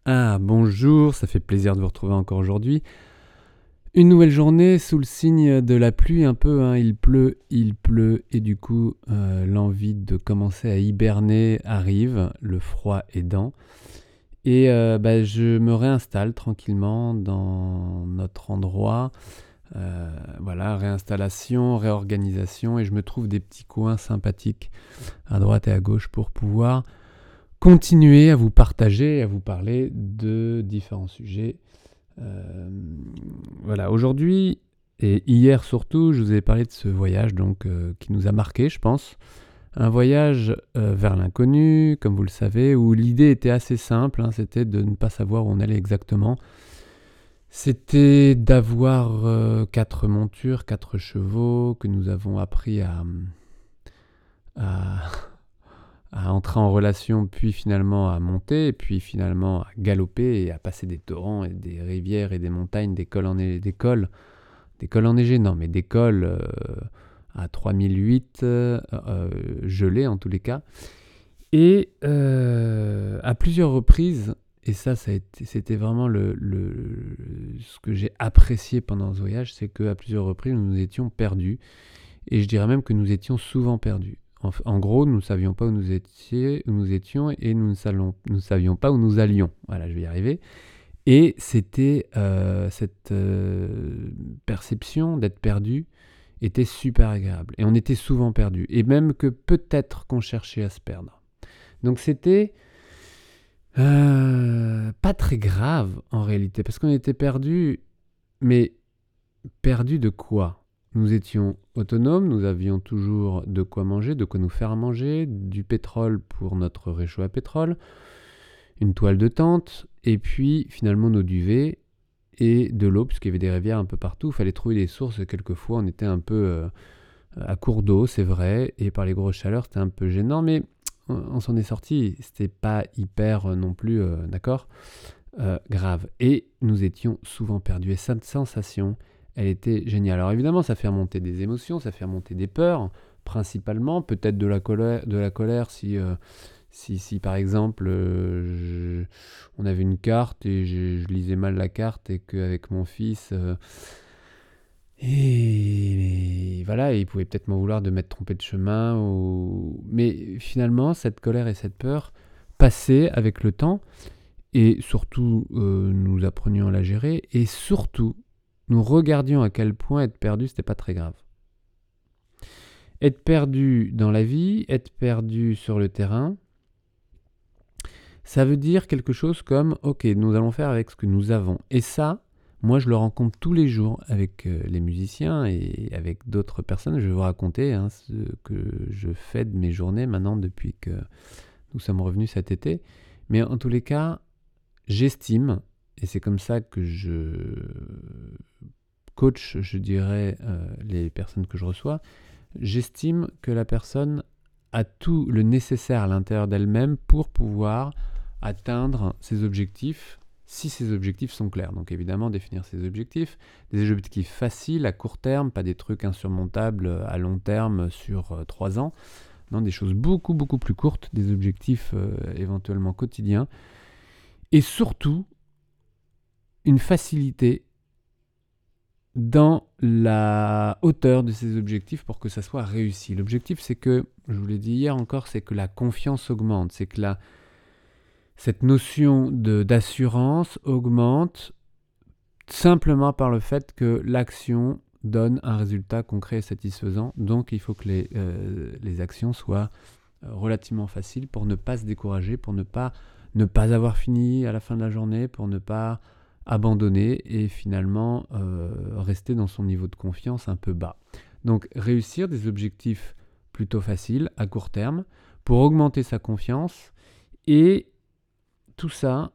Ah, bonjour, ça fait plaisir de vous retrouver encore aujourd'hui. Une nouvelle journée sous le signe de la pluie un peu, hein. Il pleut, et du coup, l'envie de commencer à hiberner arrive, le froid aidant. Et je me réinstalle tranquillement dans notre endroit. Voilà, réinstallation, réorganisation, et je me trouve des petits coins sympathiques à droite et à gauche pour pouvoir continuer à vous partager, à vous parler de différents sujets. Voilà, aujourd'hui et hier surtout, je vous ai parlé de ce voyage qui nous a marqué, je pense. Un voyage vers l'inconnu, comme vous le savez, où l'idée était assez simple, hein, c'était de ne pas savoir où on allait exactement. C'était d'avoir 4 montures, 4 chevaux que nous avons appris à, à entrer en relation, puis finalement à monter, et puis finalement à galoper et à passer des torrents et des rivières et des montagnes, des cols enneigés, non, mais des cols à 3008, gelés en tous les cas. Et à plusieurs reprises, et c'était vraiment ce que j'ai apprécié pendant ce voyage, c'est qu'à plusieurs reprises, nous étions perdus. Et je dirais même que nous étions souvent perdus. En gros, nous ne savions pas où nous étions et nous ne savions pas où nous allions. Voilà, je vais y arriver. Et c'était cette perception d'être perdu était super agréable. Et on était souvent perdu. Et même que peut-être qu'on cherchait à se perdre. Donc c'était pas très grave en réalité, parce qu'on était perdu, mais perdu de quoi ? Nous étions autonomes, nous avions toujours de quoi manger, de quoi nous faire manger, du pétrole pour notre réchaud à pétrole, une toile de tente, et puis finalement nos duvets et de l'eau, puisqu'il y avait des rivières un peu partout. Il fallait trouver des sources, quelquefois on était un peu à court d'eau, c'est vrai, et par les grosses chaleurs c'était un peu gênant, mais on s'en est sorti, c'était pas hyper non plus, d'accord, grave. Et nous étions souvent perdus, et cette sensation, elle était géniale. Alors évidemment, ça fait remonter des émotions, ça fait remonter des peurs, principalement, peut-être de la colère si par exemple on avait une carte et je lisais mal la carte et qu'avec mon fils et voilà, il pouvait peut-être m'en vouloir de m'être trompé de chemin mais finalement cette colère et cette peur passaient avec le temps et surtout nous apprenions à la gérer et surtout nous regardions à quel point être perdu, c'était pas très grave. Être perdu dans la vie, être perdu sur le terrain, ça veut dire quelque chose comme « Ok, nous allons faire avec ce que nous avons ». Et ça, moi je le rencontre tous les jours avec les musiciens et avec d'autres personnes. Je vais vous raconter ce que je fais de mes journées maintenant depuis que nous sommes revenus cet été. Mais en tous les cas, j'estime, et c'est comme ça que je coach, je dirais, les personnes que je reçois, j'estime que la personne a tout le nécessaire à l'intérieur d'elle-même pour pouvoir atteindre ses objectifs, si ses objectifs sont clairs. Donc évidemment, définir ses objectifs, des objectifs faciles à court terme, pas des trucs insurmontables à long terme sur 3 ans, non, des choses beaucoup, beaucoup plus courtes, des objectifs éventuellement quotidiens, et surtout, une facilité dans la hauteur de ces objectifs pour que ça soit réussi. L'objectif, c'est que, je vous l'ai dit hier encore, c'est que la confiance augmente, c'est que cette notion d'assurance augmente simplement par le fait que l'action donne un résultat concret et satisfaisant. Donc, il faut que les actions soient relativement faciles pour ne pas se décourager, pour ne pas avoir fini à la fin de la journée, pour ne pas abandonner et finalement rester dans son niveau de confiance un peu bas. Donc réussir des objectifs plutôt faciles à court terme pour augmenter sa confiance et tout ça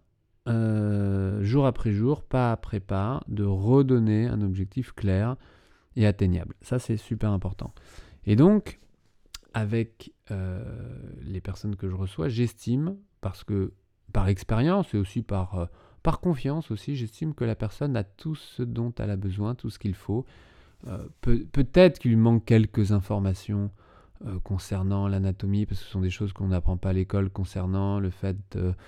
jour après jour, pas après pas, de redonner un objectif clair et atteignable. Ça c'est super important. Et donc avec les personnes que je reçois, j'estime, parce que par expérience et aussi par confiance aussi, j'estime que la personne a tout ce dont elle a besoin, tout ce qu'il faut. Peut-être qu'il lui manque quelques informations concernant l'anatomie, parce que ce sont des choses qu'on n'apprend pas à l'école, concernant le fait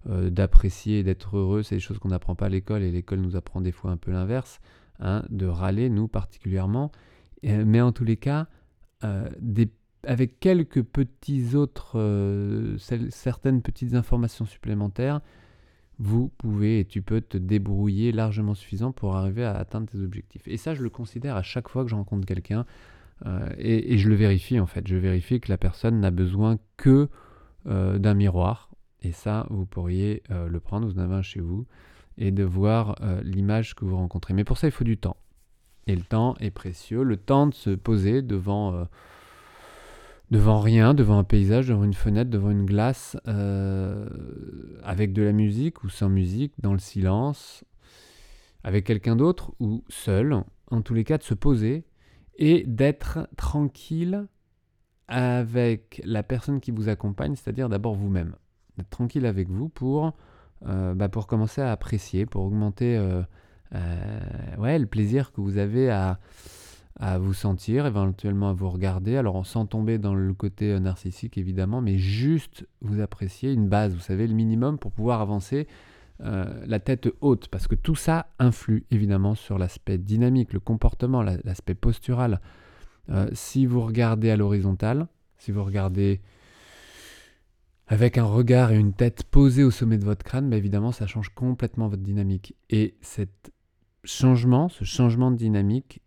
d'apprécier, d'être heureux, c'est des choses qu'on n'apprend pas à l'école, et l'école nous apprend des fois un peu l'inverse, hein, de râler, nous particulièrement. Mais en tous les cas, avec quelques petits autres, certaines petites informations supplémentaires, vous pouvez et tu peux te débrouiller largement suffisant pour arriver à atteindre tes objectifs. Et ça, je le considère à chaque fois que je rencontre quelqu'un, et je le vérifie en fait. Je vérifie que la personne n'a besoin que d'un miroir. Et ça, vous pourriez le prendre, vous en avez un chez vous, et de voir l'image que vous rencontrez. Mais pour ça, il faut du temps. Et le temps est précieux. Le temps de se poser devant rien, devant un paysage, devant une fenêtre, devant une glace, avec de la musique ou sans musique, dans le silence, avec quelqu'un d'autre ou seul, en tous les cas de se poser et d'être tranquille avec la personne qui vous accompagne, c'est-à-dire d'abord vous-même. D'être tranquille avec vous pour commencer à apprécier, pour augmenter le plaisir que vous avez à vous sentir, éventuellement à vous regarder, alors sans tomber dans le côté narcissique évidemment, mais juste vous apprécier une base, vous savez, le minimum pour pouvoir avancer la tête haute, parce que tout ça influe évidemment sur l'aspect dynamique, le comportement, l'aspect postural. Si vous regardez à l'horizontale, si vous regardez avec un regard et une tête posée au sommet de votre crâne, évidemment ça change complètement votre dynamique. Et ce changement de dynamique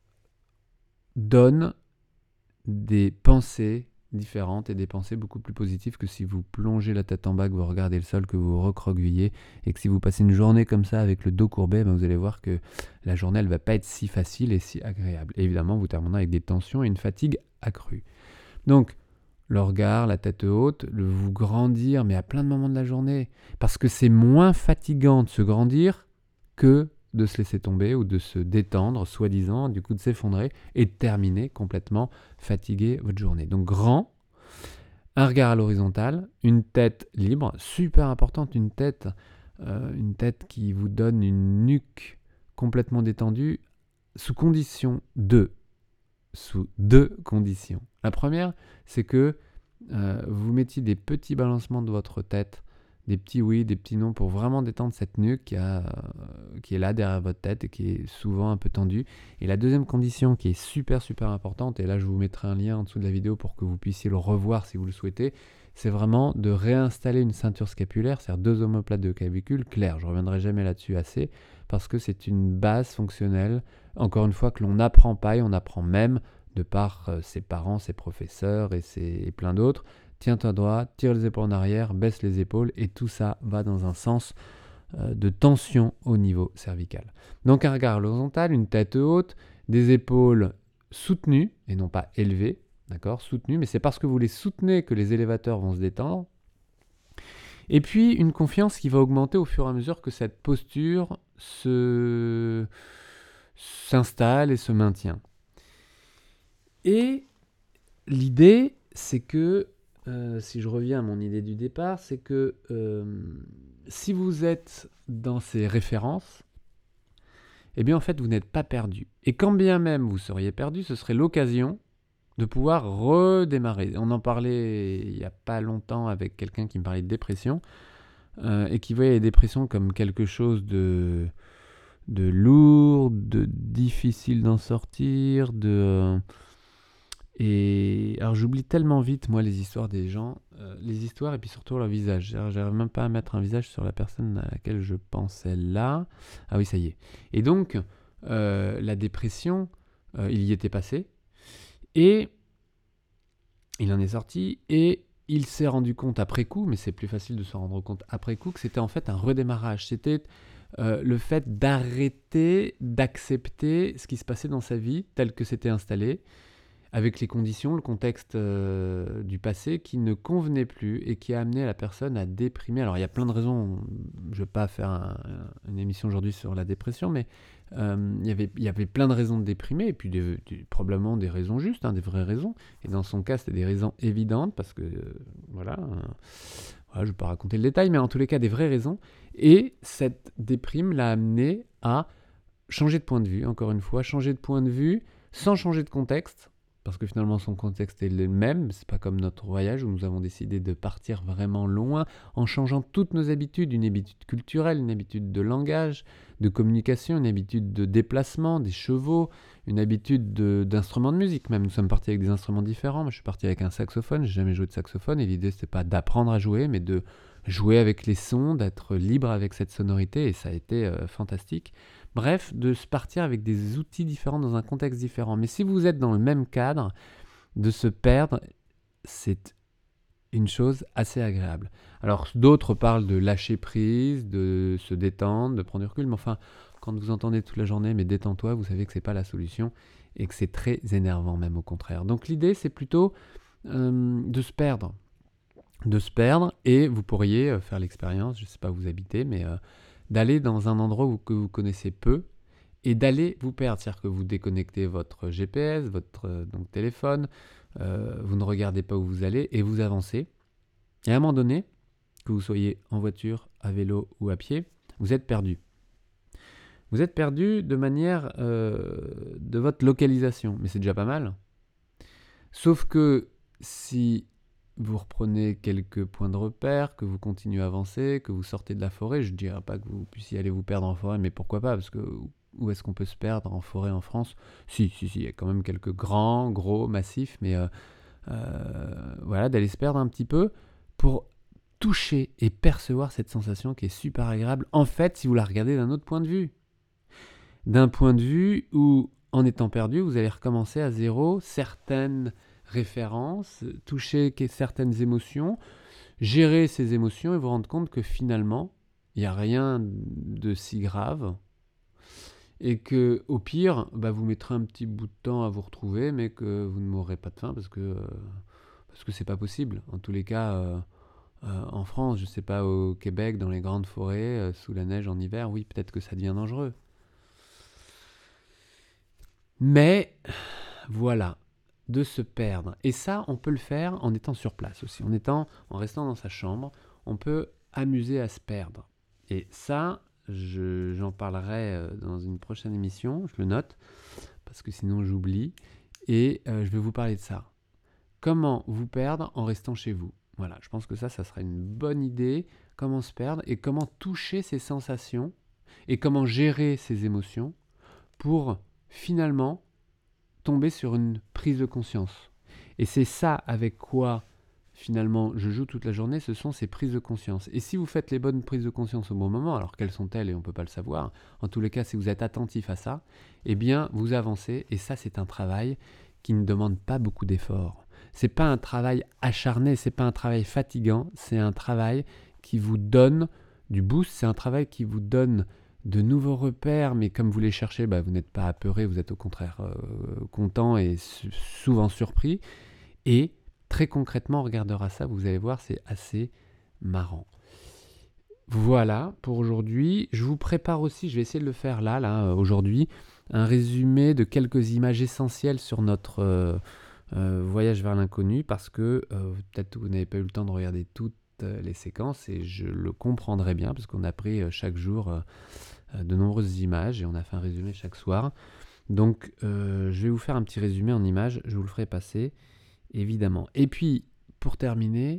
donne des pensées différentes et des pensées beaucoup plus positives que si vous plongez la tête en bas, que vous regardez le sol, que vous vous recroquevillez, et que si vous passez une journée comme ça avec le dos courbé, vous allez voir que la journée elle va pas être si facile et si agréable. Et évidemment, vous terminez avec des tensions et une fatigue accrue. Donc, le regard, la tête haute, le vous grandir, mais à plein de moments de la journée, parce que c'est moins fatigant de se grandir que de se laisser tomber ou de se détendre, soi-disant, du coup de s'effondrer et de terminer complètement fatigué votre journée. Donc grand, un regard à l'horizontale, une tête libre, super importante, une tête qui vous donne une nuque complètement détendue sous deux conditions. La première, c'est que vous mettiez des petits balancements de votre tête, des petits oui, des petits non, pour vraiment détendre cette nuque qui est là derrière votre tête et qui est souvent un peu tendue. Et la deuxième condition qui est super importante, et là je vous mettrai un lien en dessous de la vidéo pour que vous puissiez le revoir si vous le souhaitez, c'est vraiment de réinstaller une ceinture scapulaire, c'est-à-dire 2 omoplates de clavicule claires. Je ne reviendrai jamais là-dessus assez, parce que c'est une base fonctionnelle, encore une fois, que l'on n'apprend pas, et on apprend même de par ses parents, ses professeurs et plein d'autres. Tiens-toi droit, tire les épaules en arrière, baisse les épaules, et tout ça va dans un sens de tension au niveau cervical. Donc un regard horizontal, une tête haute, des épaules soutenues et non pas élevées, d'accord, soutenues, mais c'est parce que vous les soutenez que les élévateurs vont se détendre. Et puis une confiance qui va augmenter au fur et à mesure que cette posture s'installe et se maintient. Et l'idée, c'est que, si je reviens à mon idée du départ, c'est que si vous êtes dans ces références, eh bien en fait vous n'êtes pas perdu. Et quand bien même vous seriez perdu, ce serait l'occasion de pouvoir redémarrer. On en parlait il n'y a pas longtemps avec quelqu'un qui me parlait de dépression, et qui voyait les dépressions comme quelque chose de lourd, de difficile d'en sortir, et alors j'oublie tellement vite moi les histoires des gens, les histoires et puis surtout leur visage. J'arrive même pas à mettre un visage sur la personne à laquelle je pensais là. Ah oui, ça y est. Et donc la dépression, il y était passé et il en est sorti, et il s'est rendu compte après coup, mais c'est plus facile de se rendre compte après coup, que c'était en fait un redémarrage. C'était le fait d'arrêter, d'accepter ce qui se passait dans sa vie tel que c'était installé, avec les conditions, le contexte du passé qui ne convenait plus et qui a amené la personne à déprimer. Alors il y a plein de raisons, je ne vais pas faire une émission aujourd'hui sur la dépression, mais il y avait plein de raisons de déprimer, et puis probablement des raisons justes, des vraies raisons. Et dans son cas, c'était des raisons évidentes, parce que je ne vais pas raconter le détail, mais en tous les cas, des vraies raisons. Et cette déprime l'a amené à changer de point de vue, encore une fois, changer de point de vue sans changer de contexte, parce que finalement son contexte est le même, c'est pas comme notre voyage où nous avons décidé de partir vraiment loin en changeant toutes nos habitudes, une habitude culturelle, une habitude de langage, de communication, une habitude de déplacement, des chevaux, une habitude d'instruments de musique même. Nous sommes partis avec des instruments différents. Moi je suis parti avec un saxophone, j'ai jamais joué de saxophone et l'idée c'était pas d'apprendre à jouer mais de jouer avec les sons, d'être libre avec cette sonorité et ça a été fantastique. Bref, de se partir avec des outils différents dans un contexte différent. Mais si vous êtes dans le même cadre, de se perdre, c'est une chose assez agréable. Alors d'autres parlent de lâcher prise, de se détendre, de prendre du recul, mais enfin, quand vous entendez toute la journée, mais détends-toi, vous savez que c'est pas la solution et que c'est très énervant même au contraire. Donc l'idée c'est plutôt de se perdre. De se perdre et vous pourriez faire l'expérience, je ne sais pas où vous habitez, mais d'aller dans un endroit que vous connaissez peu et d'aller vous perdre. C'est-à-dire que vous déconnectez votre GPS, votre donc, téléphone, vous ne regardez pas où vous allez et vous avancez. Et à un moment donné, que vous soyez en voiture, à vélo ou à pied, vous êtes perdu. Vous êtes perdu de manière de votre localisation, mais c'est déjà pas mal. Sauf que si vous reprenez quelques points de repère, que vous continuez à avancer, que vous sortez de la forêt, je ne dirais pas que vous puissiez aller vous perdre en forêt, mais pourquoi pas, parce que où est-ce qu'on peut se perdre en forêt en France ? Si, il y a quand même quelques gros massifs, mais voilà, d'aller se perdre un petit peu pour toucher et percevoir cette sensation qui est super agréable, en fait, si vous la regardez d'un autre point de vue. D'un point de vue où, en étant perdu, vous allez recommencer à zéro certaines références, toucher certaines émotions, gérer ces émotions et vous rendre compte que finalement, il n'y a rien de si grave et que au pire, vous mettrez un petit bout de temps à vous retrouver, mais que vous ne mourrez pas de faim parce que c'est pas possible. En tous les cas, en France, je sais pas, au Québec, dans les grandes forêts, sous la neige en hiver, oui, peut-être que ça devient dangereux. Mais voilà, de se perdre. Et ça, on peut le faire en étant sur place aussi. En restant dans sa chambre, on peut amuser à se perdre. Et ça, j'en parlerai dans une prochaine émission, je le note, parce que sinon j'oublie. Et je vais vous parler de ça. Comment vous perdre en restant chez vous. Voilà, je pense que ça sera une bonne idée. Comment se perdre et comment toucher ses sensations et comment gérer ses émotions pour finalement tomber sur une prise de conscience. Et c'est ça avec quoi finalement je joue toute la journée, ce sont ces prises de conscience. Et si vous faites les bonnes prises de conscience au bon moment, alors quelles sont-elles et on ne peut pas le savoir, en tous les cas si vous êtes attentif à ça, eh bien vous avancez et ça c'est un travail qui ne demande pas beaucoup d'efforts. C'est pas un travail acharné, c'est pas un travail fatigant, c'est un travail qui vous donne du boost, c'est un travail qui vous donne de nouveaux repères, mais comme vous les cherchez, vous n'êtes pas apeuré, vous êtes au contraire content et souvent surpris. Et très concrètement, on regardera ça, vous allez voir, c'est assez marrant. Voilà pour aujourd'hui. Je vous prépare aussi, je vais essayer de le faire là aujourd'hui, un résumé de quelques images essentielles sur notre voyage vers l'inconnu, parce que peut-être que vous n'avez pas eu le temps de regarder toutes les séquences, et je le comprendrai bien, parce qu'on a pris chaque jour de nombreuses images, et on a fait un résumé chaque soir. Donc je vais vous faire un petit résumé en images, je vous le ferai passer, évidemment. Et puis, pour terminer,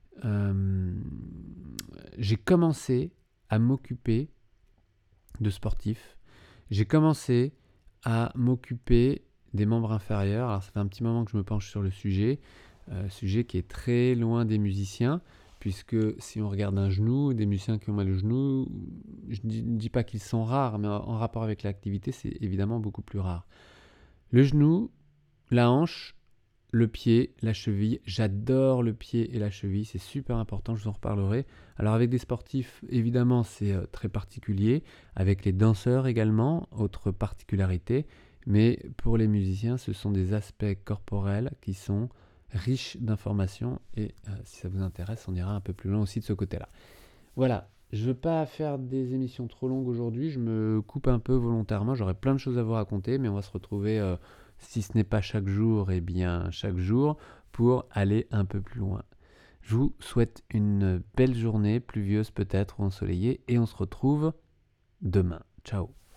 j'ai commencé à m'occuper de sportifs. J'ai commencé à m'occuper des membres inférieurs. Alors ça fait un petit moment que je me penche sur le sujet qui est très loin des musiciens, puisque si on regarde un genou, des musiciens qui ont mal au genou, je ne dis pas qu'ils sont rares, mais en rapport avec l'activité, c'est évidemment beaucoup plus rare. Le genou, la hanche, le pied, la cheville. J'adore le pied et la cheville, c'est super important, je vous en reparlerai. Alors avec des sportifs, évidemment, c'est très particulier. Avec les danseurs également, autre particularité. Mais pour les musiciens, ce sont des aspects corporels qui sont riches d'informations. Et si ça vous intéresse, on ira un peu plus loin aussi de ce côté-là. Voilà, je ne veux pas faire des émissions trop longues aujourd'hui. Je me coupe un peu volontairement. J'aurais plein de choses à vous raconter, mais on va se retrouver... si ce n'est pas chaque jour, eh bien chaque jour, pour aller un peu plus loin. Je vous souhaite une belle journée, pluvieuse peut-être ou ensoleillée, et on se retrouve demain. Ciao.